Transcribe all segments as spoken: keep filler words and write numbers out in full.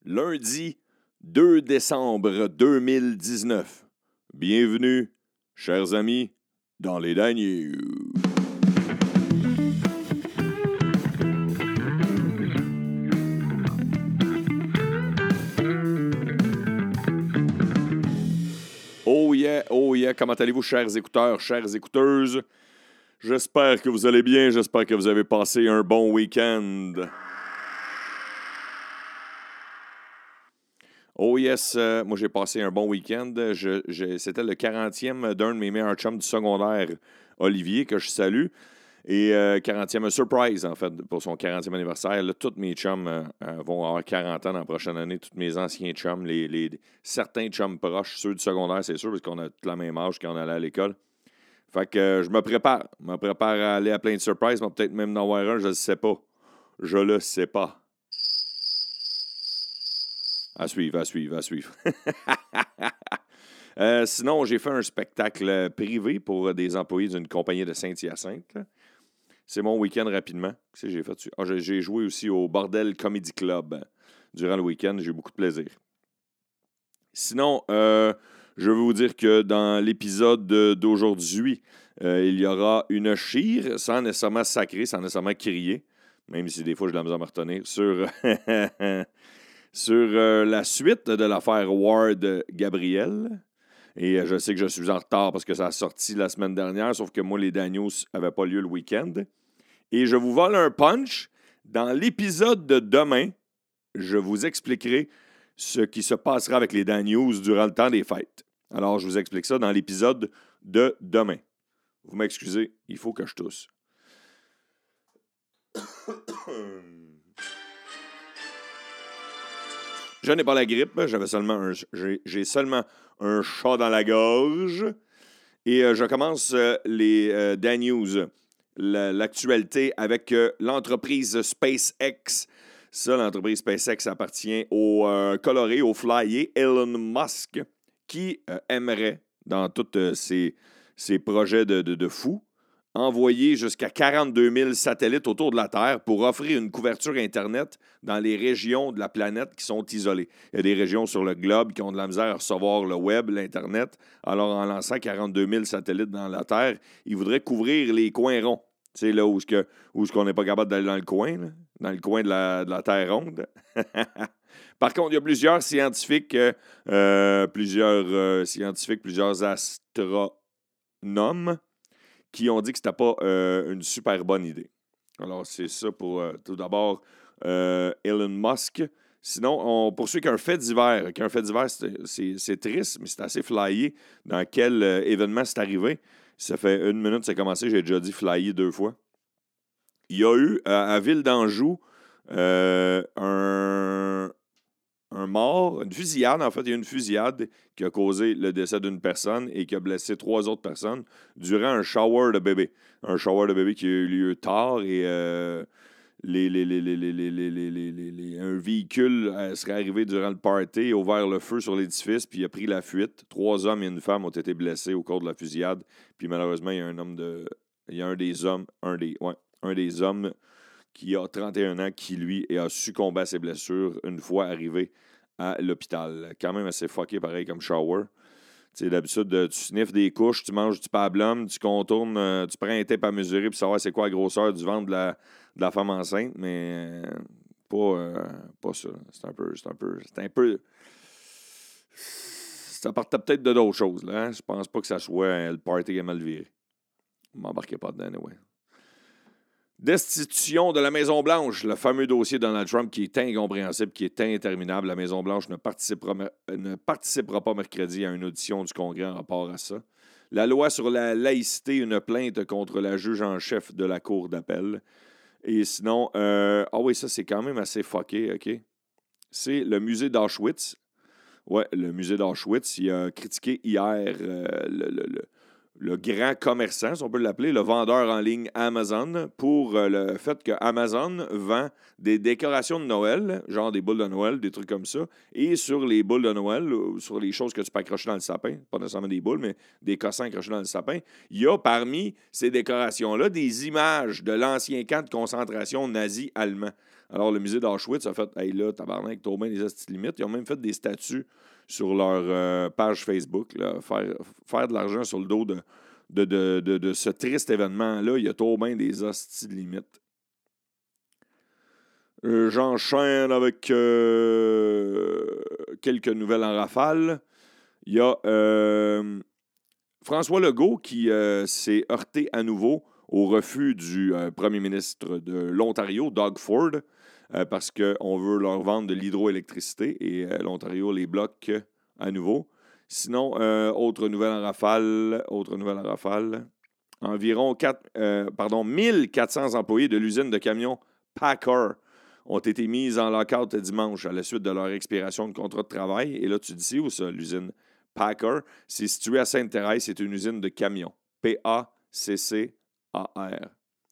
lundi deux décembre deux mille dix-neuf. Bienvenue, chers amis, dans les Daniels. Oh yeah, oh yeah, comment allez-vous, chers écouteurs, chères écouteuses? J'espère que vous allez bien, j'espère que vous avez passé un bon week-end. Oh yes, euh, moi j'ai passé un bon week-end. Je, je, c'était le quarantième d'un de mes meilleurs chums du secondaire, Olivier, que je salue. Et euh, quarantième surprise, en fait, pour son quarantième anniversaire. Là, tous mes chums euh, vont avoir quarante ans dans la prochaine année. Tous mes anciens chums, les, les, certains chums proches, ceux du secondaire, c'est sûr, parce qu'on a tout la même âge quand on allait à l'école. Fait que euh, je me prépare. Je me prépare à aller à plein de surprises, mais peut-être même d'en avoir un, je ne sais pas. Je le sais pas. À suivre, à suivre, à suivre. euh, sinon, j'ai fait un spectacle privé pour des employés d'une compagnie de Saint-Hyacinthe. C'est mon week-end rapidement. Qu'est-ce que j'ai fait? Ah, j'ai, j'ai joué aussi au Bordel Comedy Club durant le week-end. J'ai eu beaucoup de plaisir. Sinon, euh, je veux vous dire que dans l'épisode d'aujourd'hui, euh, il y aura une chire, sans nécessairement sacrer, sans nécessairement crier, même si des fois je la misère à me retenir, sur, sur euh, la suite de l'affaire Ward-Gabriel. Et je sais que je suis en retard parce que ça a sorti la semaine dernière, sauf que moi, les Daniels n'avaient pas lieu le week-end. Et je vous vole un punch. Dans l'épisode de demain, je vous expliquerai ce qui se passera avec les Daniels durant le temps des fêtes. Alors, je vous explique ça dans l'épisode de demain. Vous m'excusez, il faut que je tousse. Je n'ai pas la grippe, j'avais seulement un, j'ai, j'ai seulement un chat dans la gorge. Et euh, je commence euh, les euh, Daniels, la, l'actualité avec euh, l'entreprise SpaceX. Ça, l'entreprise SpaceX appartient au euh, coloré, au flyer Elon Musk, qui euh, aimerait, dans tous euh, ses, ses projets de, de, de fou, envoyer jusqu'à quarante-deux mille satellites autour de la Terre pour offrir une couverture Internet dans les régions de la planète qui sont isolées. Il y a des régions sur le globe qui ont de la misère à recevoir le web, l'Internet. Alors, en lançant quarante-deux mille satellites dans la Terre, ils voudraient couvrir les coins ronds. Tu sais, là où, que, où est-ce qu'on n'est pas capable d'aller dans le coin, là, dans le coin de la, de la Terre ronde. Par contre, il y a plusieurs scientifiques, euh, plusieurs euh, scientifiques, plusieurs astronomes qui ont dit que c'était pas euh, une super bonne idée. Alors, c'est ça pour, euh, tout d'abord, euh, Elon Musk. Sinon, on poursuit qu'un fait divers. Qu'un fait divers, c'est, c'est, c'est triste, mais c'est assez flyé dans quel euh, événement c'est arrivé. Ça fait une minute que c'est commencé, j'ai déjà dit flyé deux fois. Il y a eu, à, à Ville d'Anjou, euh, un... un mort, une fusillade, en fait, il y a une fusillade qui a causé le décès d'une personne et qui a blessé trois autres personnes durant un shower de bébé. Un shower de bébé qui a eu lieu tard et euh, les, les, les, les, les, les, les, les, les, les, un véhicule serait arrivé durant le party, a ouvert le feu sur l'édifice, puis il a pris la fuite. Trois hommes et une femme ont été blessés au cours de la fusillade. Puis malheureusement, il y a un homme de. Il y a un des hommes, un des. Ouais, un des hommes qui a trente et un ans, qui, lui, a succombé à ses blessures une fois arrivé à l'hôpital. Quand même assez fucké, pareil, comme shower. Tu sais, d'habitude, tu sniffes des couches, tu manges du pablum, tu contournes, euh, tu prends un tape à mesurer pour savoir c'est quoi la grosseur du ventre de la, de la femme enceinte, mais euh, pas, euh, pas ça. C'est un peu... C'est un peu... C'est un peu... Ça partait peut-être de d'autres choses, là. Hein? Je pense pas que ça soit euh, le party qui a mal viré. Ne m'embarquez pas dedans, anyway. Destitution de la Maison-Blanche, le fameux dossier Donald Trump qui est incompréhensible, qui est interminable. La Maison-Blanche ne participera, ne participera pas mercredi à une audition du Congrès en rapport à ça. La loi sur la laïcité, une plainte contre la juge en chef de la Cour d'appel. Et sinon, euh, ah oui, ça c'est quand même assez fucké, OK? C'est le musée d'Auschwitz. Ouais, le musée d'Auschwitz, il a critiqué hier euh, le... le, le le grand commerçant, si on peut l'appeler, le vendeur en ligne Amazon, pour euh, le fait que Amazon vend des décorations de Noël, genre des boules de Noël, des trucs comme ça, et sur les boules de Noël, ou sur les choses que tu peux accrocher dans le sapin, pas nécessairement des boules, mais des cossins accrochés dans le sapin, il y a parmi ces décorations-là des images de l'ancien camp de concentration nazi allemand. Alors, le musée d'Auschwitz a fait « Hey là, tabarnak, t'as bien des hosties limites. » Ils ont même fait des statuts sur leur euh, page Facebook, là, faire, faire de l'argent sur le dos de, de, de, de, de ce triste événement-là. Il y a trop bien des hosties limites. Euh, j'enchaîne avec euh, quelques nouvelles en rafale. Il y a euh, François Legault qui euh, s'est heurté à nouveau au refus du euh, premier ministre de l'Ontario, Doug Ford, euh, parce qu'on veut leur vendre de l'hydroélectricité et euh, l'Ontario les bloque à nouveau. Sinon, euh, autre nouvelle en rafale, autre nouvelle en rafale. Environ quatre, euh, pardon, mille quatre cents employés de l'usine de camions Packer ont été mis en lockout dimanche à la suite de leur expiration de contrat de travail. Et là, tu dis, c'est où ça, l'usine Packer? C'est situé à Sainte-Thérèse, c'est une usine de camions. P A C C A R.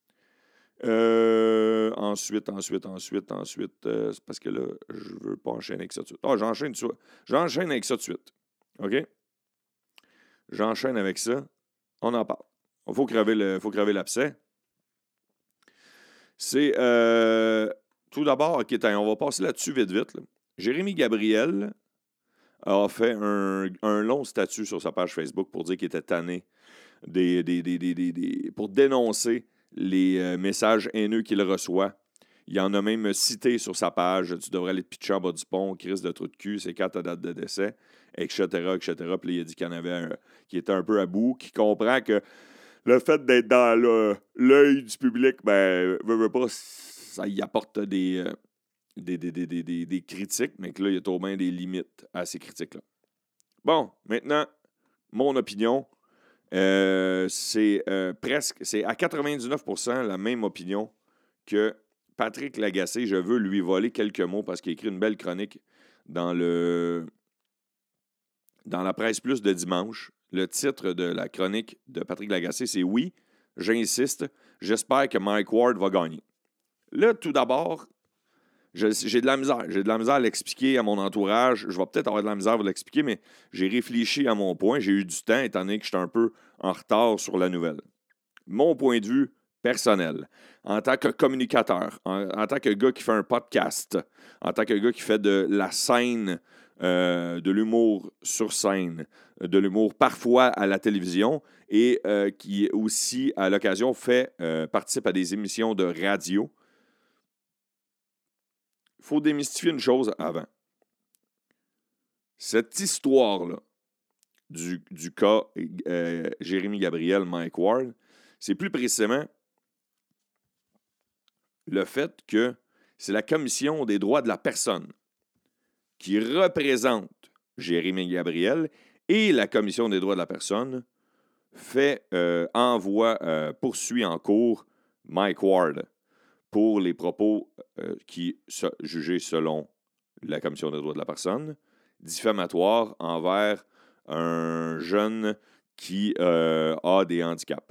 Euh, ensuite, ensuite, ensuite, ensuite, euh, c'est parce que là, je ne veux pas enchaîner avec ça tout de suite. Ah, j'enchaîne, j'enchaîne avec ça tout de suite. OK? J'enchaîne avec ça. On en parle. Il faut crever, le, faut crever l'abcès. C'est... Euh, tout d'abord, OK, on va passer là-dessus vite, vite. Là. Jérémy Gabriel a fait un, un long statut sur sa page Facebook pour dire qu'il était tanné des, des, des, des, des, des, pour dénoncer les euh, messages haineux qu'il reçoit. Il en a même cité sur sa page « Tu devrais aller te pitcher en bas du pont, crise de trou de cul, c'est quand ta date de décès, et cetera, et cetera » Puis là, il a dit qu'il y en avait un qui était un peu à bout, qui comprend que le fait d'être dans le, l'œil du public, ben, veut, veut pas, ça y apporte des, euh, des, des, des, des, des critiques, mais que là, il y a au moins des limites à ces critiques-là. Bon, maintenant, mon opinion, euh, c'est euh, presque, c'est à quatre-vingt-dix-neuf pour cent la même opinion que Patrick Lagacé. Je veux lui voler quelques mots parce qu'il a écrit une belle chronique dans le dans la Presse Plus de dimanche. Le titre de la chronique de Patrick Lagacé, c'est « Oui, j'insiste, j'espère que Mike Ward va gagner ». Là, tout d'abord, je, j'ai de la misère. J'ai de la misère à l'expliquer à mon entourage. Je vais peut-être avoir de la misère à vous l'expliquer, mais j'ai réfléchi à mon point. J'ai eu du temps, étant donné que j'étais un peu en retard sur la nouvelle. Mon point de vue personnel, en tant que communicateur, en, en tant que gars qui fait un podcast, en tant que gars qui fait de la scène, euh, de l'humour sur scène, de l'humour parfois à la télévision et euh, qui aussi, à l'occasion, fait euh, participe à des émissions de radio. Il faut démystifier une chose avant. Cette histoire-là du, du cas euh, Jérémy Gabriel, Mike Ward, c'est plus précisément le fait que c'est la Commission des droits de la personne qui représente Jérémy Gabriel et la Commission des droits de la personne fait euh, envoie, euh, poursuit en cours Mike Ward pour les propos euh, qui sont jugés selon la Commission des droits de la personne diffamatoires envers un jeune qui euh, a des handicaps.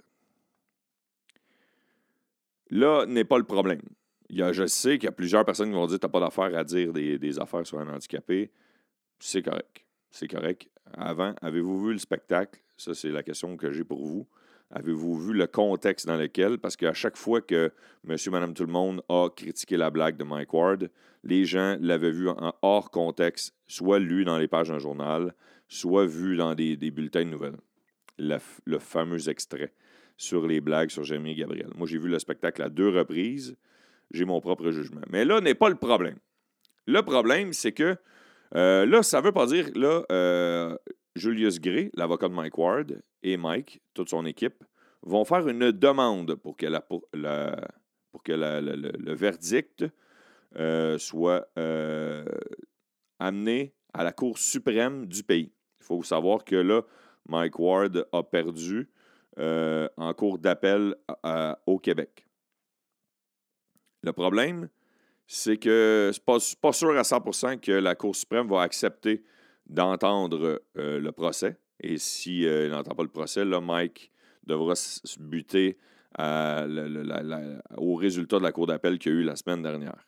Là n'est pas le problème. Il y a, je sais qu'il y a plusieurs personnes qui vont dire « T'as pas d'affaire à dire des, des affaires sur un handicapé ». C'est correct. C'est correct. Avant, avez-vous vu le spectacle? Ça, c'est la question que j'ai pour vous. Avez-vous vu le contexte dans lequel? Parce qu'à chaque fois que Monsieur, Madame, tout le monde a critiqué la blague de Mike Ward, les gens l'avaient vu en hors contexte, soit lu dans les pages d'un journal, soit vu dans des, des bulletins de nouvelles. Le, le fameux extrait sur les blagues sur Jérémy Gabriel. Moi, j'ai vu le spectacle à deux reprises. J'ai mon propre jugement. Mais là n'est pas le problème. Le problème, c'est que euh, là, ça ne veut pas dire, là, euh, Julius Gray, l'avocat de Mike Ward, et Mike, toute son équipe, vont faire une demande pour que, la, pour la, pour que la, la, le, le verdict euh, soit euh, amené à la Cour suprême du pays. Il faut savoir que là, Mike Ward a perdu euh, en cour d'appel à, à, au Québec. Le problème, c'est que c'est pas, pas sûr à cent pour cent que la Cour suprême va accepter d'entendre euh, le procès. Et si euh, il n'entend pas le procès, là, Mike devra se buter à, la, la, la, au résultat de la Cour d'appel qu'il y a eu la semaine dernière.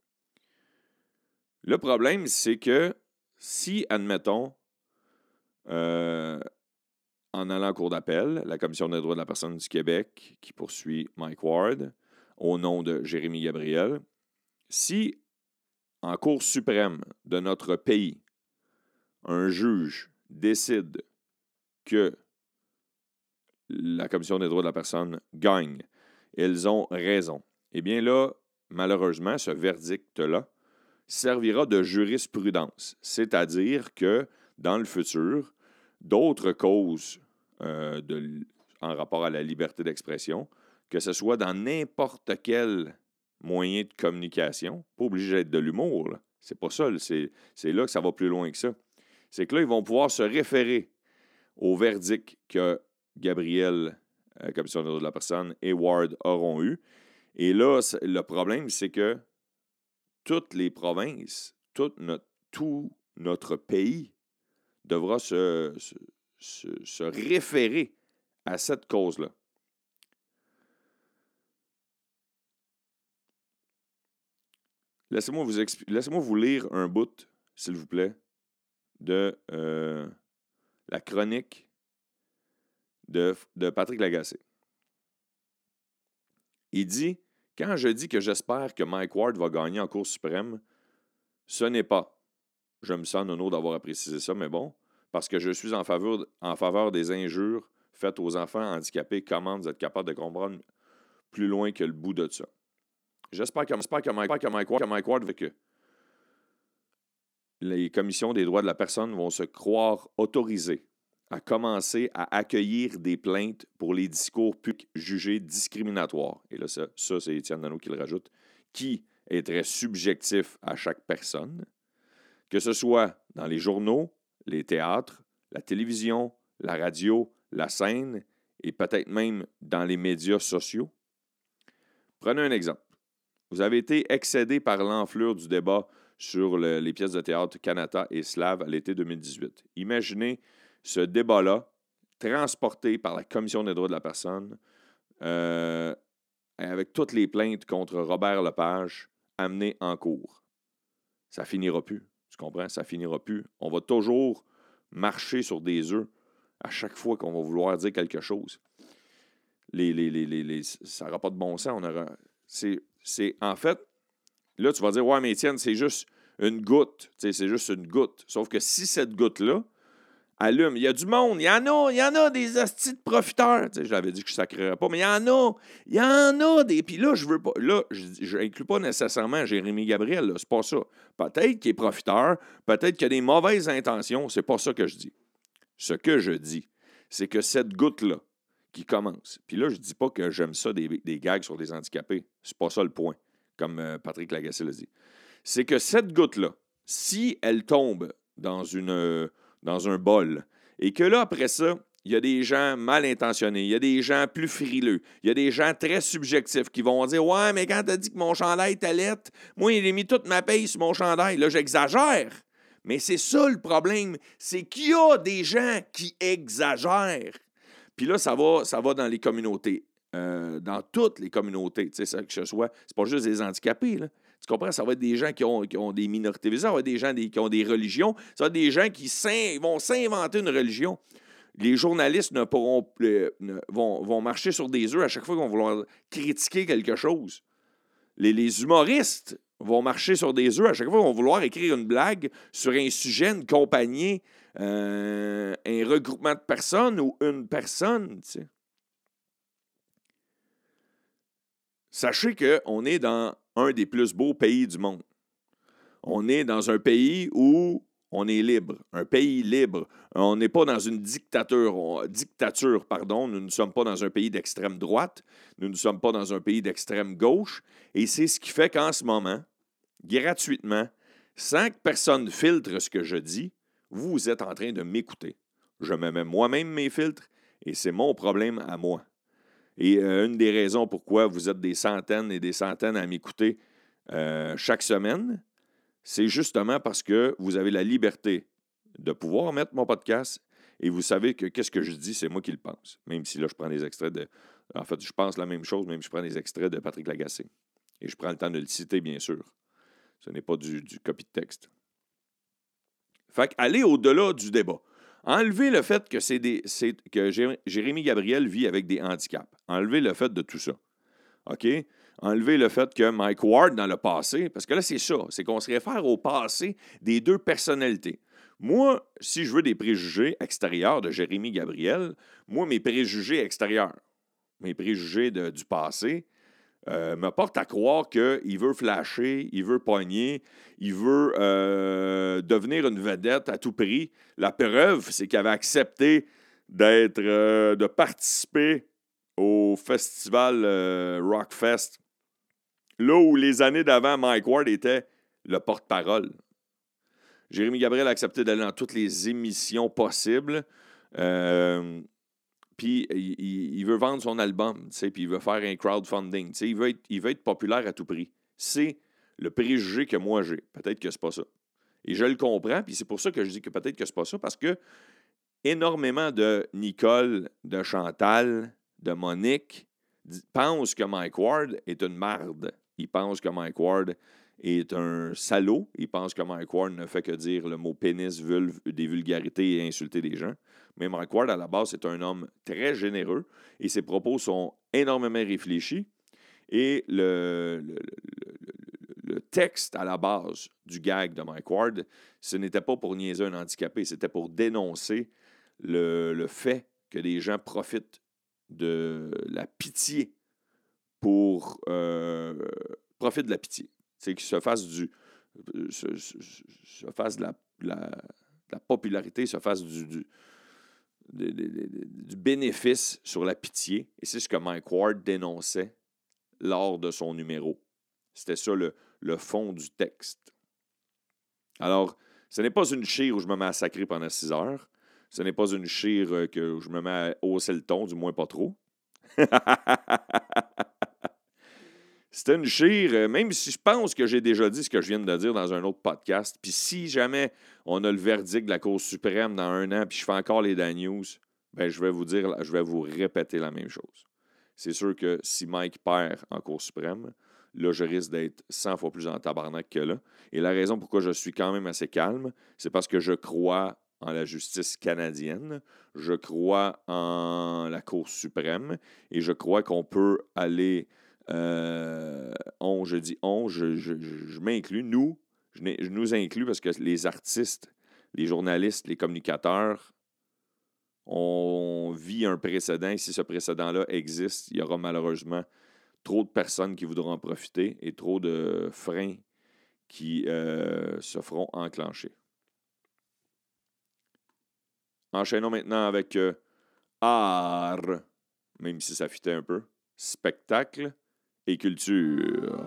Le problème, c'est que si, admettons, euh, en allant en Cour d'appel, la Commission des droits de la personne du Québec, qui poursuit Mike Ward, au nom de Jérémy Gabriel, Si, en Cour suprême de notre pays, un juge décide que la Commission des droits de la personne gagne, ils ont raison, eh bien là, malheureusement, ce verdict-là servira de jurisprudence, c'est-à-dire que, dans le futur, d'autres causes euh, de, en rapport à la liberté d'expression, que ce soit dans n'importe quel moyen de communication, pas obligé d'être de l'humour, là. C'est pas ça, c'est, c'est là que ça va plus loin que ça. C'est que là, ils vont pouvoir se référer au verdict que Gabriel, euh, Commission des droits de la personne, et Ward auront eu. Et là, le problème, c'est que toutes les provinces, tout notre, tout notre pays devra se, se, se, se référer à cette cause-là. Laissez-moi vous, expli- laissez-moi vous lire un bout, s'il vous plaît, de euh, la chronique de, de Patrick Lagacé. Il dit « Quand je dis que j'espère que Mike Ward va gagner en Cour suprême, ce n'est pas, je me sens nono d'avoir à préciser ça, mais bon, parce que je suis en faveur, en faveur des injures faites aux enfants handicapés. Comment vous êtes capable de comprendre plus loin que le bout de ça? J'espère que, j'espère que, Mike, que, Mike, que Mike Ward veut que les commissions des droits de la personne vont se croire autorisées à commencer à accueillir des plaintes pour les discours publics jugés discriminatoires. » Et là, ça, ça c'est Étienne Dano qui le rajoute, qui est très subjectif à chaque personne, que ce soit dans les journaux, les théâtres, la télévision, la radio, la scène et peut-être même dans les médias sociaux. Prenez un exemple. Vous avez été excédé par l'enflure du débat sur le, les pièces de théâtre Kanata et Slave à l'été deux mille dix-huit. Imaginez ce débat-là transporté par la Commission des droits de la personne euh, avec toutes les plaintes contre Robert Lepage amenées en cours. Ça finira plus. Tu comprends? Ça finira plus. On va toujours marcher sur des œufs à chaque fois qu'on va vouloir dire quelque chose. Les, les, les, les, les, ça n'aura pas de bon sens. On aura, c'est, c'est, en fait, là, tu vas dire, ouais, mais Étienne, c'est juste une goutte. C'est juste une goutte. Sauf que si cette goutte-là allume, il y a du monde, il y en a, il y en a des hosties de profiteurs. T'sais, je l'avais dit que je ne sacrerais pas, mais il y en a, il y en a des. Puis là, je veux pas, là, je n'inclus pas nécessairement Jérémy Gabriel, là, c'est pas ça. Peut-être qu'il est profiteur, peut-être qu'il a des mauvaises intentions, c'est pas ça que je dis. Ce que je dis, c'est que cette goutte-là qui commence, puis là, je dis pas que j'aime ça des, des gags sur des handicapés, c'est pas ça le point, comme euh, Patrick Lagacé l'a dit. C'est que cette goutte-là, si elle tombe dans une. Euh, dans un bol, et que là, après ça, il y a des gens mal intentionnés, il y a des gens plus frileux, il y a des gens très subjectifs qui vont dire « Ouais, mais quand t'as dit que mon chandail t'allait, moi, il a mis toute ma paye sur mon chandail. » Là, j'exagère. Mais c'est ça le problème, c'est qu'il y a des gens qui exagèrent. Puis là, ça va, ça va dans les communautés, euh, dans toutes les communautés, tu sais, que ce soit, c'est pas juste des handicapés, là. Tu comprends? Ça va être des gens qui ont, qui ont des minorités visibles, ça va être des gens des, qui ont des religions, ça va être des gens qui vont s'inventer une religion. Les journalistes ne pourront, euh, ne, vont, vont marcher sur des œufs à chaque fois qu'ils vont vouloir critiquer quelque chose. Les, les humoristes vont marcher sur des œufs à chaque fois qu'ils vont vouloir écrire une blague sur un sujet, une compagnie, euh, un regroupement de personnes ou une personne, tu sais. Sachez qu'on est dans un des plus beaux pays du monde. On est dans un pays où on est libre, un pays libre. On n'est pas dans une dictature, on, dictature, pardon. Nous ne sommes pas dans un pays d'extrême droite, nous ne sommes pas dans un pays d'extrême gauche. Et c'est ce qui fait qu'en ce moment, gratuitement, sans que personne filtre ce que je dis, vous êtes en train de m'écouter. Je me mets moi-même mes filtres et c'est mon problème à moi. Et euh, une des raisons pourquoi vous êtes des centaines et des centaines à m'écouter euh, chaque semaine, c'est justement parce que vous avez la liberté de pouvoir mettre mon podcast et vous savez que qu'est-ce que je dis, c'est moi qui le pense. Même si là, je prends des extraits de... En fait, je pense la même chose, même si je prends des extraits de Patrick Lagacé. Et je prends le temps de le citer, bien sûr. Ce n'est pas du, du copy de texte. Fait qu'aller au-delà du débat. Enlever le fait que, c'est des, c'est, que Jérémy Gabriel vit avec des handicaps. Enlever le fait de tout ça. OK? enlever le fait que Mike Ward, dans le passé, parce que là, c'est ça, c'est qu'on se réfère au passé des deux personnalités. Moi, si je veux des préjugés extérieurs de Jérémy Gabriel, moi, mes préjugés extérieurs, mes préjugés de, du passé, euh, me portent à croire qu'il veut flasher, il veut pogner, il veut euh, devenir une vedette à tout prix. La preuve, c'est qu'il avait accepté d'être, euh, de participer au festival euh, Rockfest, là où les années d'avant, Mike Ward était le porte-parole. Jérémy Gabriel a accepté d'aller dans toutes les émissions possibles. Euh, puis il, il, il veut vendre son album, puis il veut faire un crowdfunding. Il veut, être, il veut être populaire à tout prix. C'est le préjugé que moi j'ai. Peut-être que c'est pas ça. Et je le comprends, puis c'est pour ça que je dis que peut-être que c'est pas ça, parce que énormément de Nicole, de Chantal, de Monique pensent que Mike Ward est une marde. Ils pensent que Mike Ward est un salaud. Ils pensent que Mike Ward ne fait que dire le mot pénis, vulve, des vulgarités et insulter des gens. Mais Mike Ward, à la base, c'est un homme très généreux et ses propos sont énormément réfléchis. Et le, le, le, le texte à la base du gag de Mike Ward, ce n'était pas pour niaiser un handicapé, c'était pour dénoncer le, le fait que des gens profitent de la pitié pour... Euh, profitent de la pitié. C'est qu'ils se fassent du... se, se, se fassent de la, la, de la popularité, se fassent du... du De, de, de, du bénéfice sur la pitié. Et c'est ce que Mike Ward dénonçait lors de son numéro. C'était ça le, le fond du texte. Alors, ce n'est pas une chire où je me mets à sacrer pendant six heures. Ce n'est pas une chire que je me mets à hausser le ton, du moins pas trop. C'était une chire, même si je pense que j'ai déjà dit ce que je viens de dire dans un autre podcast, puis si jamais on a le verdict de la Cour suprême dans un an, puis je fais encore les Dan News, ben je vais vous dire, je vais vous répéter la même chose. C'est sûr que si Mike perd en Cour suprême, là, je risque d'être cent fois plus en tabarnak que là. Et la raison pourquoi je suis quand même assez calme, c'est parce que je crois en la justice canadienne, je crois en la Cour suprême, et je crois qu'on peut aller... Euh, on, je dis on, je, je, je, je m'inclus, nous, je, je nous inclus parce que les artistes, les journalistes, les communicateurs, on vit un précédent. Et si ce précédent-là existe, il y aura malheureusement trop de personnes qui voudront en profiter et trop de freins qui euh, se feront enclencher. Enchaînons maintenant avec euh, art, même si ça fitait un peu, spectacle et culture.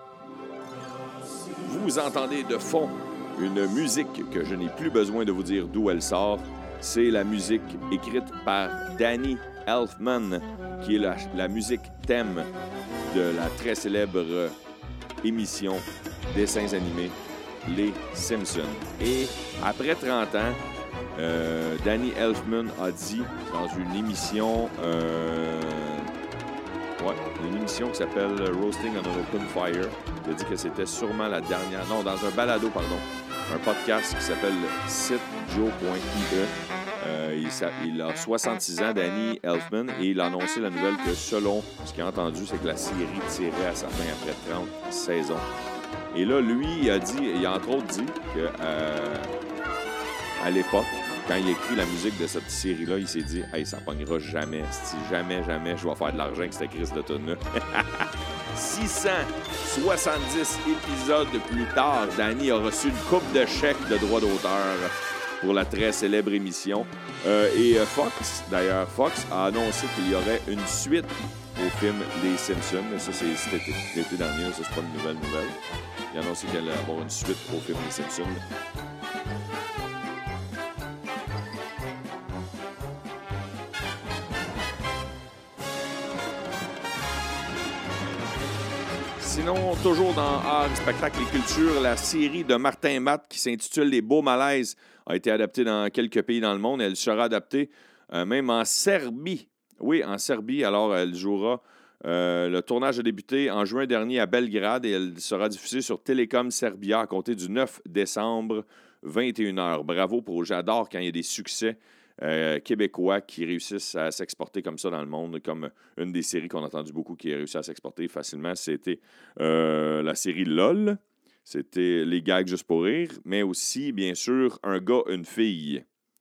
Vous entendez de fond une musique que je n'ai plus besoin de vous dire d'où elle sort. C'est la musique écrite par Danny Elfman, qui est la, la musique thème de la très célèbre émission dessins animés Les Simpsons. Et après trente ans, euh, Danny Elfman a dit dans une émission... Euh, Ouais, une émission qui s'appelle Roasting on an Open Fire. Il a dit que c'était sûrement la dernière... Non, dans un balado, pardon. Un podcast qui s'appelle site joe point i e. Euh, il, il a soixante-six ans, Danny Elfman, et il a annoncé la nouvelle que, selon ce qu'il a entendu, c'est que la série tirait à sa fin après trente saisons. Et là, lui, il a dit, il a entre autres dit que euh, à l'époque, quand il a écrit la musique de cette série-là, il s'est dit « Hey, ça pognera jamais. Si jamais, jamais, je vais faire de l'argent avec cette crise de tune-là. » six cent soixante-dix épisodes plus tard, Danny a reçu une coupe de chèques de droits d'auteur pour la très célèbre émission. Euh, et Fox, d'ailleurs, Fox a annoncé qu'il y aurait une suite au film Les Simpsons. Ça, c'est cet été, l'été dernier. Ça, c'est pas une nouvelle nouvelle. Il a annoncé qu'il allait avoir une suite au film Les Simpsons. Sinon, toujours dans art, spectacle et culture, la série de Martin Matt qui s'intitule Les Beaux Malaises a été adaptée dans quelques pays dans le monde. Elle sera adaptée euh, même en Serbie. Oui, en Serbie. Alors, elle jouera. Euh, le tournage a débuté en juin dernier à Belgrade et elle sera diffusée sur Télécom Serbia à compter du neuf décembre, vingt et une heures. Bravo pour... J'adore quand il y a des succès euh, québécois qui réussissent à s'exporter comme ça dans le monde, comme une des séries qu'on a entendu beaucoup qui a réussi à s'exporter facilement, c'était euh, la série LOL. C'était les gags juste pour rire, mais aussi, bien sûr, un gars, une fille.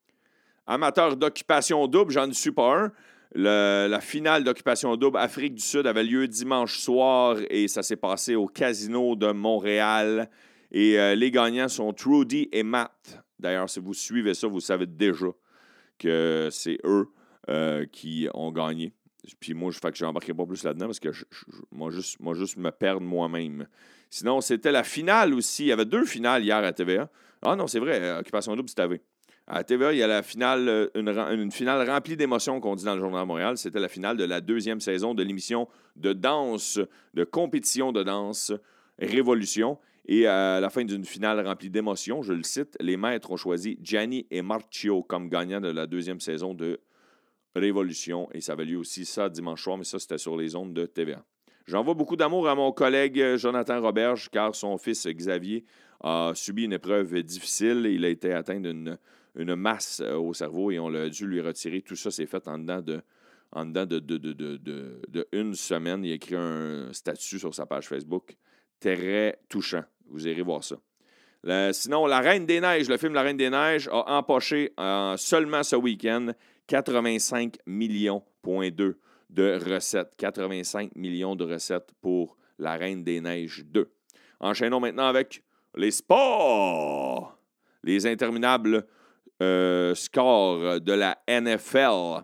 Amateur d'occupation double, j'en suis pas un. Le- la finale d'Occupation Double Afrique du Sud avait lieu dimanche soir et ça s'est passé au Casino de Montréal. Et euh, les gagnants sont Trudy et Matt. D'ailleurs, si vous suivez ça, vous savez déjà que c'est eux euh, qui ont gagné. Puis moi, je fais que je n'embarquerai pas plus là-dedans parce que je, je, moi, juste, moi, juste me perdre moi-même. Sinon, c'était la finale aussi. Il y avait deux finales hier à T V A. Ah non, c'est vrai, Occupation Double, c'est à V. À T V A, il y a la finale, une, une finale remplie d'émotions qu'on dit dans le Journal de Montréal. C'était la finale de la deuxième saison de l'émission de danse, de compétition de danse Révolution. Et à la fin d'une finale remplie d'émotions, je le cite, les maîtres ont choisi Gianni et Marcio comme gagnants de la deuxième saison de Révolution. Et ça avait lieu aussi ça dimanche soir, mais ça, c'était sur les ondes de T V A. J'envoie beaucoup d'amour à mon collègue Jonathan Roberge, car son fils Xavier a subi une épreuve difficile. Il a été atteint d'une une masse au cerveau et on a dû lui retirer. Tout ça s'est fait en dedans de, en dedans de, de, de, de, de, de une semaine. Il a écrit un statut sur sa page Facebook. Très touchant. Vous irez voir ça. Le, sinon, La Reine des Neiges, le film La Reine des Neiges, a empoché euh, seulement ce week-end quatre-vingt-cinq millions virgule deux de recettes. quatre-vingt-cinq millions de recettes pour La Reine des Neiges deux. Enchaînons maintenant avec les sports. Les interminables euh, scores de la N F L.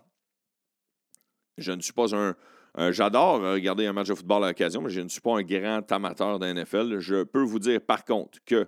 Je ne suis pas un... un j'adore regarder un match de football à l'occasion, mais je ne suis pas un grand amateur de N F L. Je peux vous dire par contre que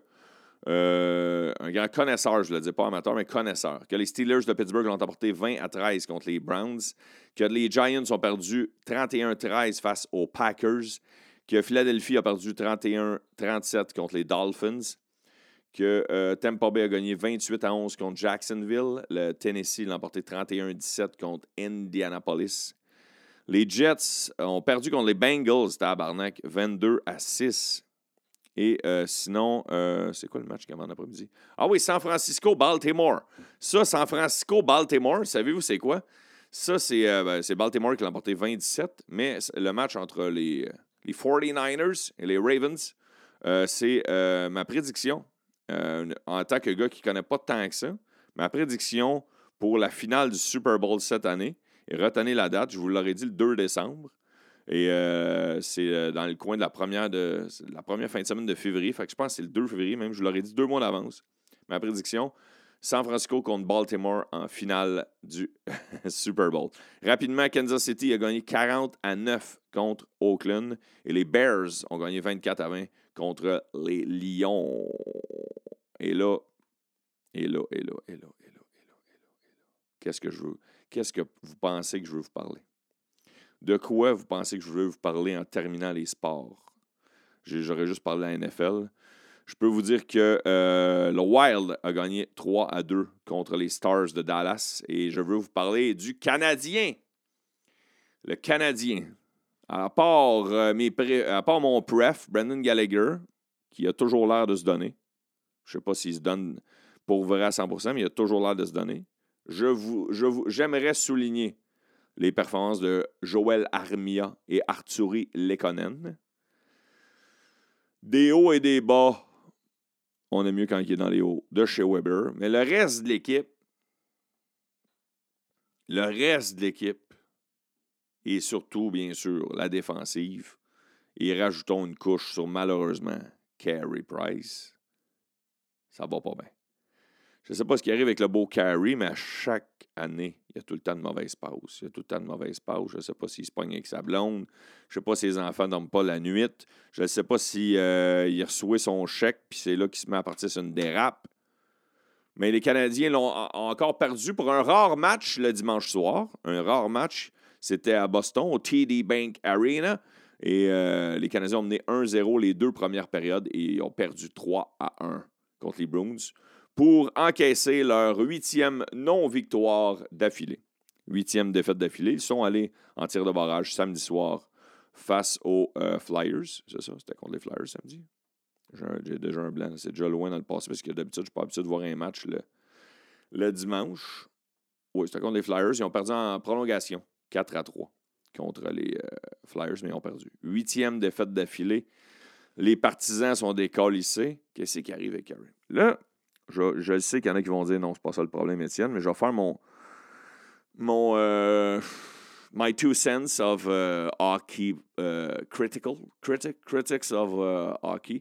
Euh, un grand connaisseur, je ne le dis pas amateur, mais connaisseur, que les Steelers de Pittsburgh l'ont emporté vingt à treize contre les Browns, que les Giants ont perdu trente et un à treize face aux Packers, que Philadelphie a perdu trente et un à trente-sept contre les Dolphins, que euh, Tampa Bay a gagné vingt-huit à onze contre Jacksonville, le Tennessee l'a emporté trente et un à dix-sept contre Indianapolis. Les Jets ont perdu contre les Bengals, tabarnak, vingt-deux à six. Et euh, sinon, euh, c'est quoi le match qu'il y avait en après-midi? Ah oui, San Francisco-Baltimore. Ça, San Francisco-Baltimore, savez-vous c'est quoi? Ça, c'est, euh, ben, c'est Baltimore qui l'a emporté vingt à dix-sept, mais le match entre les, les forty-niners et les Ravens, euh, c'est euh, ma prédiction, euh, en tant que gars qui ne connaît pas tant que ça, ma prédiction pour la finale du Super Bowl cette année. Et retenez la date, je vous l'aurais dit le deux décembre. Et euh, c'est euh, dans le coin de la première de la première fin de semaine de février. Fait que je pense que c'est le deux février, même. Je vous l'aurais dit deux mois d'avance. Ma prédiction, San Francisco contre Baltimore en finale du Super Bowl. Rapidement, Kansas City a gagné quarante à neuf contre Oakland. Et les Bears ont gagné vingt-quatre à vingt contre les Lions. Et là, et là, et là, et là, et là, et là, et là, et là. Qu'est-ce que je veux? Qu'est-ce que vous pensez que je veux vous parler? De quoi vous pensez que je veux vous parler en terminant les sports? J'aurais juste parlé de la N F L. Je peux vous dire que euh, le Wild a gagné trois à deux contre les Stars de Dallas. Et je veux vous parler du Canadien. Le Canadien. À part, euh, mes pré... à part mon pref, Brendan Gallagher, qui a toujours l'air de se donner. Je ne sais pas s'il se donne pour vrai à cent pour cent, mais il a toujours l'air de se donner. Je vous, je vous, j'aimerais souligner les performances de Joel Armia et Artturi Lekkonen. Des hauts et des bas, on est mieux quand il est dans les hauts de chez Weber. Mais le reste de l'équipe, le reste de l'équipe, et surtout, bien sûr, la défensive, et rajoutons une couche sur, malheureusement, Carey Price, ça va pas bien. Je ne sais pas ce qui arrive avec le beau Carey, mais à chaque année, il y a tout le temps de mauvaises pauses. Il y a tout le temps de mauvaises pauses. Je ne sais pas s'il se pogne avec sa blonde. Je ne sais pas si les enfants ne dorment pas la nuit. Je ne sais pas s'il euh, reçoit son chèque, puis c'est là qu'il se met à partir sur une dérape. Mais les Canadiens l'ont encore perdu pour un rare match le dimanche soir. Un rare match, c'était à Boston, au T D Bank Arena. Et euh, les Canadiens ont mené un zéro les deux premières périodes et ils ont perdu trois à un contre les Bruins pour encaisser leur huitième non-victoire d'affilée. Huitième défaite d'affilée. Ils sont allés en tir de barrage samedi soir face aux euh, Flyers. C'est ça, c'était contre les Flyers samedi. J'ai, un, j'ai déjà un blanc. C'est déjà loin dans le passé parce que d'habitude, je n'ai pas l'habitude de voir un match le, le dimanche. Oui, c'était contre les Flyers. Ils ont perdu en prolongation, quatre à trois contre les euh, Flyers, mais ils ont perdu. Huitième défaite d'affilée. Les partisans sont décalissés. Qu'est-ce qui arrive avec Carey? Là, je, je sais qu'il y en a qui vont dire non, c'est pas ça le problème, Étienne, mais je vais faire mon. mon euh, my two cents of uh, hockey uh, critical. Critic, critics of uh, hockey.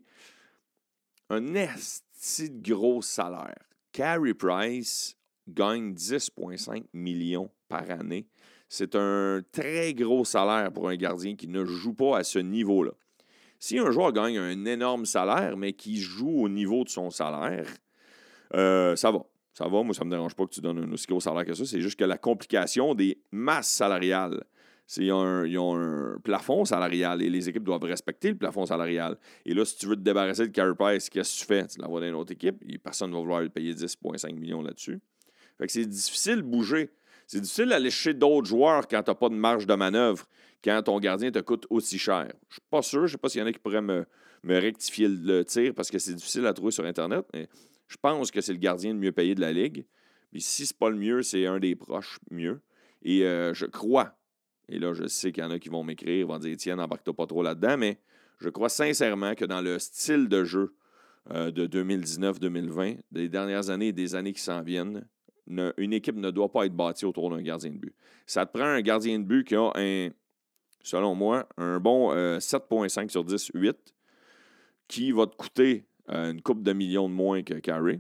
Un esti de gros salaire. Carey Price gagne dix virgule cinq millions par année. C'est un très gros salaire pour un gardien qui ne joue pas à ce niveau-là. Si un joueur gagne un énorme salaire, mais qui joue au niveau de son salaire, euh, ça va. Ça va, moi, ça ne me dérange pas que tu donnes un aussi gros salaire que ça. C'est juste que la complication des masses salariales, c'est qu'ils ont, ils ont un plafond salarial et les équipes doivent respecter le plafond salarial. Et là, si tu veux te débarrasser de Carey Price, qu'est-ce que tu fais? Tu l'envoies dans une autre équipe et personne ne va vouloir lui payer dix virgule cinq millions là-dessus. Fait que c'est difficile de bouger. C'est difficile d'aller chercher d'autres joueurs quand tu n'as pas de marge de manœuvre, quand ton gardien te coûte aussi cher. Je ne suis pas sûr, je ne sais pas s'il y en a qui pourraient me, me rectifier le tir parce que c'est difficile à trouver sur Internet, mais je pense que c'est le gardien le mieux payé de la Ligue. Puis si ce n'est pas le mieux, c'est un des proches mieux. Et euh, je crois, et là je sais qu'il y en a qui vont m'écrire, vont dire « Tiens, n'embarque-toi pas trop là-dedans », mais je crois sincèrement que dans le style de jeu euh, de deux mille dix-neuf deux mille vingt, des dernières années et des années qui s'en viennent, ne, une équipe ne doit pas être bâtie autour d'un gardien de but. Ça te prend un gardien de but qui a un, selon moi, un bon euh, sept virgule cinq sur dix, huit, qui va te coûter euh, une couple de millions de moins que Carey,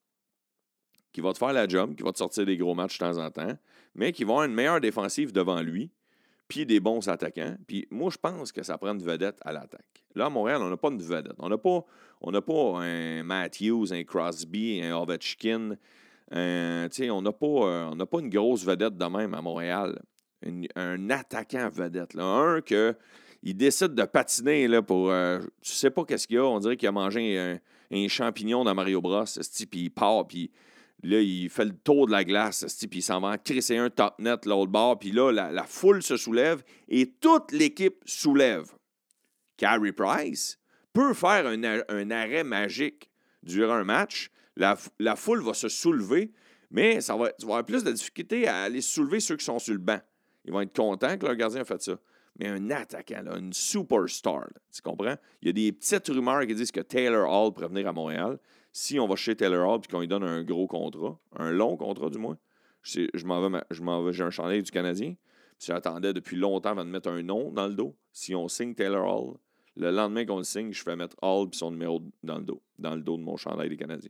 qui va te faire la job, qui va te sortir des gros matchs de temps en temps, mais qui va avoir une meilleure défensive devant lui, puis des bons attaquants. Puis moi, je pense que ça prend une vedette à l'attaque. Là, à Montréal, on n'a pas une vedette. On n'a pas, on n'a pas un Matthews, un Crosby, un Ovechkin. Un, on n'a pas, euh, on n'a pas une grosse vedette de même à Montréal. Une, un attaquant vedette. Là. Un que il décide de patiner là, pour... Euh, tu sais pas qu'est-ce qu'il y a. On dirait qu'il a mangé un, un champignon dans Mario Bros. Puis il part, puis là, il fait le tour de la glace, puis il s'en va en crisser un top net l'autre bord. Puis là, la, la foule se soulève et toute l'équipe soulève. Carey Price peut faire un, un arrêt magique durant un match. La, la foule va se soulever, mais ça va, tu vas avoir plus de difficulté à aller soulever ceux qui sont sur le banc. Ils vont être contents que leur gardien a fait ça. Mais un attaquant, là, une superstar, là, tu comprends? Il y a des petites rumeurs qui disent que Taylor Hall pourrait venir à Montréal. Si on va chez Taylor Hall et qu'on lui donne un gros contrat, un long contrat du moins, je, je m'en vais, je m'en vais, j'ai un chandail du Canadien. Puis j'attendais depuis longtemps avant de mettre un nom dans le dos. Si on signe Taylor Hall, le lendemain qu'on le signe, je fais mettre Hall et son numéro dans le dos, dans le dos de mon chandail des Canadiens.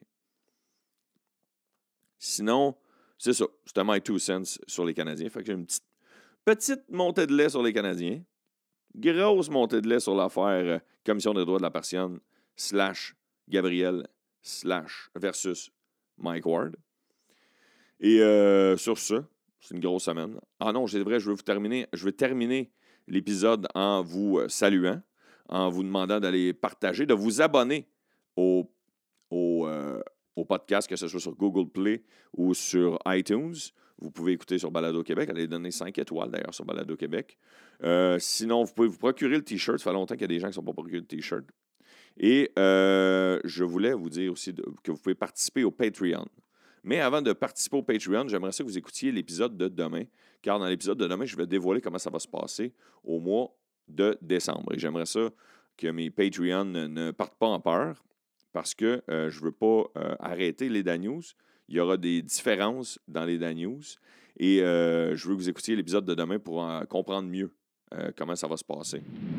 Sinon, c'est ça. C'était my two cents sur les Canadiens. Fait que j'ai une petite, petite montée de lait sur les Canadiens. Grosse montée de lait sur l'affaire euh, Commission des droits de la personne slash Gabriel slash versus Mike Ward. Et euh, sur ça, c'est une grosse semaine. Ah non, c'est vrai, je vais vous terminer. Je vais terminer l'épisode en vous euh, saluant, en vous demandant d'aller partager, de vous abonner au, au euh, au podcast, que ce soit sur Google Play ou sur iTunes. Vous pouvez écouter sur Balado Québec. Allez donner cinq étoiles, d'ailleurs, sur Balado Québec. Euh, sinon, vous pouvez vous procurer le T-shirt. Ça fait longtemps qu'il y a des gens qui ne sont pas procurés le T-shirt. Et euh, je voulais vous dire aussi de, que vous pouvez participer au Patreon. Mais avant de participer au Patreon, j'aimerais ça que vous écoutiez l'épisode de demain, car dans l'épisode de demain, je vais dévoiler comment ça va se passer au mois de décembre. Et j'aimerais ça que mes Patreons ne, ne partent pas en peur, parce que euh, je ne veux pas euh, arrêter les Dan News. Il y aura des différences dans les Dan News. Et euh, je veux que vous écoutiez l'épisode de demain pour en comprendre mieux euh, comment ça va se passer.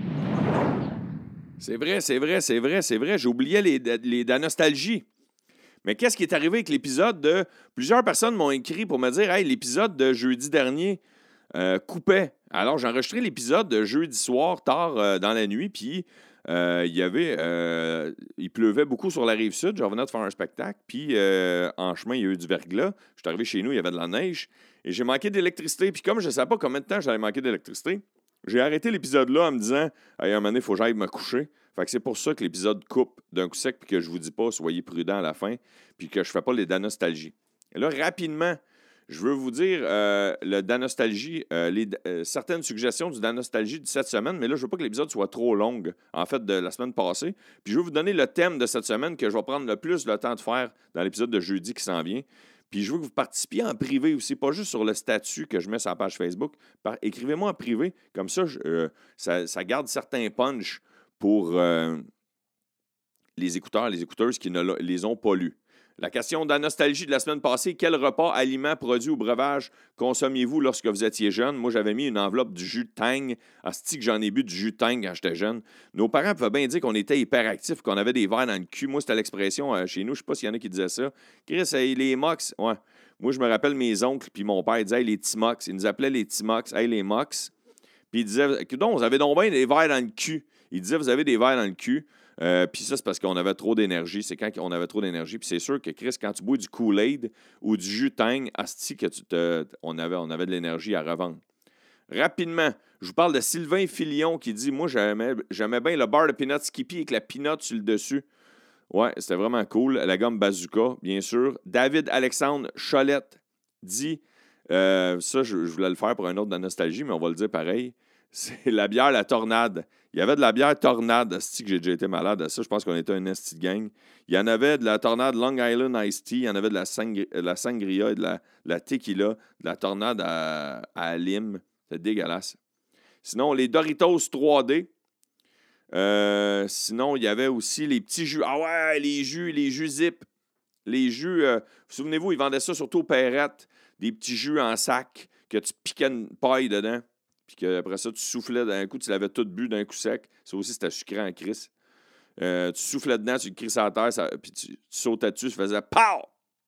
C'est vrai, c'est vrai, c'est vrai, c'est vrai. J'oubliais les, les Danostalgies. Mais qu'est-ce qui est arrivé avec l'épisode de... Plusieurs personnes m'ont écrit pour me dire « Hey, l'épisode de jeudi dernier euh, coupait. » Alors, j'ai enregistré l'épisode de jeudi soir, tard euh, dans la nuit, puis... Euh, il y avait, euh, il pleuvait beaucoup sur la rive sud. Je revenais de faire un spectacle. Puis, euh, en chemin, il y a eu du verglas. Je suis arrivé chez nous, il y avait de la neige. Et j'ai manqué d'électricité. Puis, comme je ne savais pas combien de temps j'allais manquer d'électricité, j'ai arrêté l'épisode là en me disant hey, à un moment donné, il faut que j'aille me coucher. Fait que c'est pour ça que l'épisode coupe d'un coup sec. Puis que je vous dis pas, soyez prudents à la fin. Puis que je fais pas les danostalgies. Et là, rapidement, je veux vous dire euh, le Danostalgie, euh, les, euh, certaines suggestions du Danostalgie de cette semaine, mais là, je veux pas que l'épisode soit trop long, en fait, de la semaine passée. Puis je veux vous donner le thème de cette semaine que je vais prendre le plus le temps de faire dans l'épisode de jeudi qui s'en vient. Puis je veux que vous participiez en privé aussi, pas juste sur le statut que je mets sur la page Facebook. Par, écrivez-moi en privé. Comme ça, je, euh, ça, ça garde certains punchs pour euh, les écouteurs, les écouteuses qui ne les ont pas lus. La question de la nostalgie de la semaine passée, quel repas, aliment, produit ou breuvage consommiez-vous lorsque vous étiez jeune? Moi, j'avais mis une enveloppe du jus de Tang. Asti que j'en ai bu du jus de Tang quand j'étais jeune. Nos parents pouvaient bien dire qu'on était hyperactifs, qu'on avait des verres dans le cul. Moi, c'était l'expression euh, chez nous. Je ne sais pas s'il y en a qui disaient ça. Chris, hey, les mox, ouais. Moi, je me rappelle mes oncles, puis mon père disait hey, les petits mox. Il nous appelait les petits mox. Hey, les mox. Puis il disait, donc, vous avez donc bien des verres dans le cul. Il disait, vous avez des verres dans le cul. Euh, puis ça, c'est parce qu'on avait trop d'énergie. C'est quand on avait trop d'énergie. Puis c'est sûr que, Chris, quand tu bois du Kool-Aid ou du jus Tang, asti que tu te, on, avait, on avait de l'énergie à revendre. Rapidement, je vous parle de Sylvain Filion qui dit « Moi, j'aimais, j'aimais bien le bar de peanuts Skippy avec la peanut sur le dessus. » Ouais, c'était vraiment cool. La gomme Bazooka, bien sûr. David Alexandre Cholette dit euh, ça, je, je voulais le faire pour un autre de la nostalgie, mais on va le dire pareil. C'est la bière La Tornade. Il y avait de la bière Tornade. Asti que j'ai déjà été malade à ça. Je pense qu'on était un esti de gang. Il y en avait de la Tornade Long Island Iced Tea. Il y en avait de la, sangri- de la Sangria et de la, de la Tequila. De la Tornade à, à Lime. C'est dégueulasse. Sinon, les Doritos trois D. Euh, sinon, il y avait aussi les petits jus. Ah ouais, les jus, les jus Zip. Les jus, euh, souvenez-vous, ils vendaient ça surtout aux Perrettes. Des petits jus en sac que tu piquais une paille dedans. Puis qu'après ça, tu soufflais d'un coup, tu l'avais tout bu d'un coup sec. Ça aussi, c'était sucré en crisse. Euh, tu soufflais dedans, tu le crissais à terre, ça, puis tu, tu sautais dessus, ça faisait POW!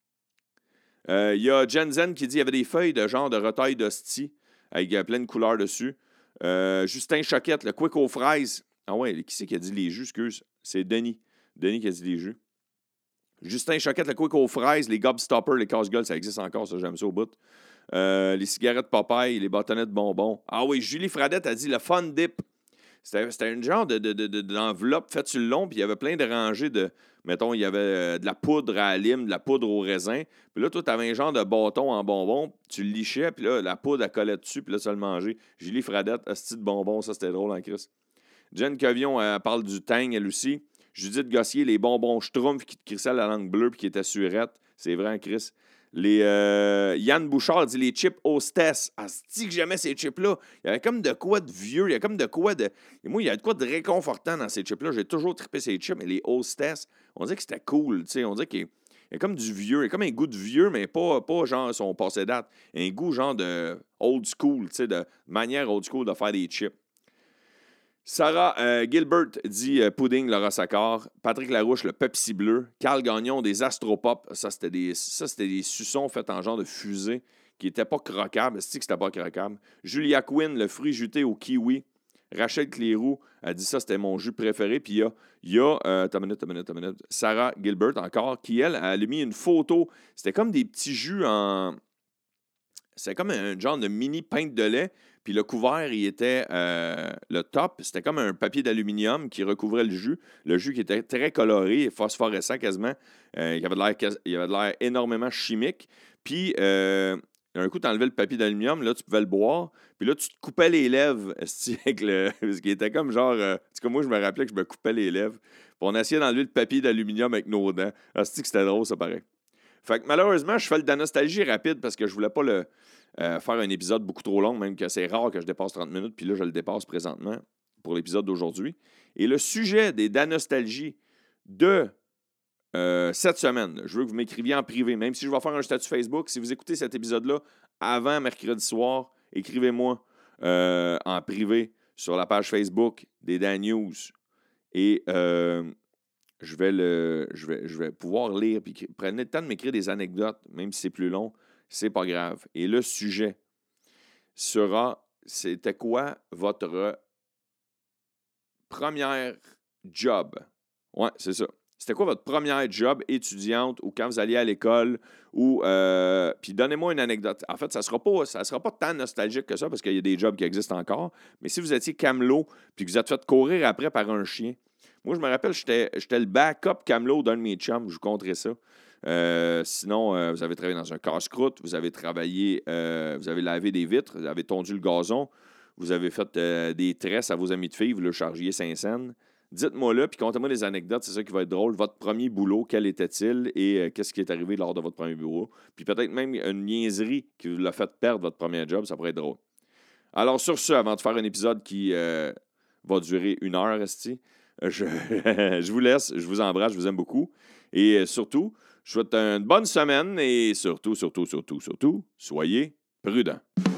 Il euh, y a Jensen qui dit qu'il y avait des feuilles de genre de retail d'hostie avec plein de couleurs dessus. Euh, Justin Choquette, le quick aux fraises. Ah ouais, qui c'est qui a dit les jus, excuse? C'est Denis. Denis qui a dit les jus. Justin Choquette, le quick aux fraises, les gobstoppers, les casse-gueules, ça existe encore, ça, j'aime ça au bout. Euh, les cigarettes Popeye, les bâtonnets de bonbons. Ah oui, Julie Fradette a dit le Fun Dip. C'était, c'était un genre de, de, de, de, d'enveloppe faite sur le long, puis il y avait plein de rangées de... Mettons, il y avait de la poudre à lime, de la poudre au raisin. Puis là, toi, tu avais un genre de bâton en bonbons, tu le lichais, puis là, la poudre, elle collait dessus, puis là, tu le mangeais. Julie Fradette, hostie de bonbons, ça, c'était drôle en Christ. Jen Quevion, elle parle du Tang, elle aussi. Judith Gossier, les bonbons Schtroumpf qui te crissaient la langue bleue puis qui étaient surettes. C'est vrai, en Christ. Les, euh, Yann Bouchard dit les chips hostess. Ah, c'est que j'aimais ces chips-là. Il y avait comme de quoi de vieux. Il y a comme de quoi de. Et moi, il y a de quoi de réconfortant dans ces chips-là. J'ai toujours trippé ces chips, mais les hostess, on dirait que c'était cool. T'sais. On dirait qu'il y a comme du vieux. Il y a comme un goût de vieux, mais pas, pas genre son passé date. Un goût genre de old school, de manière old school de faire des chips. Sarah euh, Gilbert dit euh, pudding Laura Saccard. Patrick Larouche, le Pepsi bleu. Carl Gagnon, des Astropop. Ça, c'était des, ça, c'était des suçons faits en genre de fusée qui n'étaient pas croquables. C'est-tu que c'était pas croquable? Julia Quinn, le fruit juté au kiwi. Rachel Cléroux a dit ça, c'était mon jus préféré. Puis il y a, il y a euh, t'as minute, t'as minute, t'as minute, Sarah Gilbert encore, qui, elle, a mis une photo. C'était comme des petits jus en... C'était comme un genre de mini pinte de lait. Puis le couvert, il était euh, le top. C'était comme un papier d'aluminium qui recouvrait le jus. Le jus qui était très coloré, phosphorescent quasiment. Euh, il, avait de l'air, il avait de l'air énormément chimique. Puis, euh, un coup, tu enlevais le papier d'aluminium. Là, tu pouvais le boire. Puis là, tu te coupais les lèvres. Avec le, ce qui était comme genre... Euh, en tout cas, moi, je me rappelais que je me coupais les lèvres. Puis on essayait d'enlever le papier d'aluminium avec nos dents. Ah, c'est que c'était drôle, ça paraît. Fait que malheureusement, je fais de la nostalgie rapide parce que je voulais pas le... Euh, faire un épisode beaucoup trop long, même que c'est rare que je dépasse trente minutes, puis là, je le dépasse présentement pour l'épisode d'aujourd'hui. Et le sujet des Danostalgies de euh, cette semaine, je veux que vous m'écriviez en privé, même si je vais faire un statut Facebook. Si vous écoutez cet épisode-là avant mercredi soir, écrivez-moi euh, en privé sur la page Facebook des Dan News. Et euh, je, vais le, je, vais, je vais pouvoir lire, puis prenez le temps de m'écrire des anecdotes, même si c'est plus long. C'est pas grave. Et le sujet sera, c'était quoi votre première job? Ouais, c'est ça. C'était quoi votre première job étudiante ou quand vous alliez à l'école? Ou euh, puis donnez-moi une anecdote. En fait, ça ne sera pas, ça sera pas tant nostalgique que ça parce qu'il y a des jobs qui existent encore. Mais si vous étiez camelot puis que vous êtes fait courir après par un chien. Moi, je me rappelle, j'étais, j'étais le backup camelot d'un de mes chums. Je vous conterai ça. Euh, sinon, euh, vous avez travaillé dans un casse-croûte, vous avez travaillé, euh, vous avez lavé des vitres, vous avez tondu le gazon, vous avez fait euh, des tresses à vos amis de filles, vous leur chargiez cinq cents. Dites-moi-le, puis contez-moi des anecdotes, c'est ça qui va être drôle. Votre premier boulot, quel était-il et euh, qu'est-ce qui est arrivé lors de votre premier boulot? Puis peut-être même une niaiserie qui vous l'a fait perdre votre premier job, ça pourrait être drôle. Alors sur ce, avant de faire un épisode qui euh, va durer une heure, esti, je, je vous laisse, je vous embrasse, je vous aime beaucoup. Et surtout, je vous souhaite une bonne semaine et surtout, surtout, surtout, surtout, soyez prudents.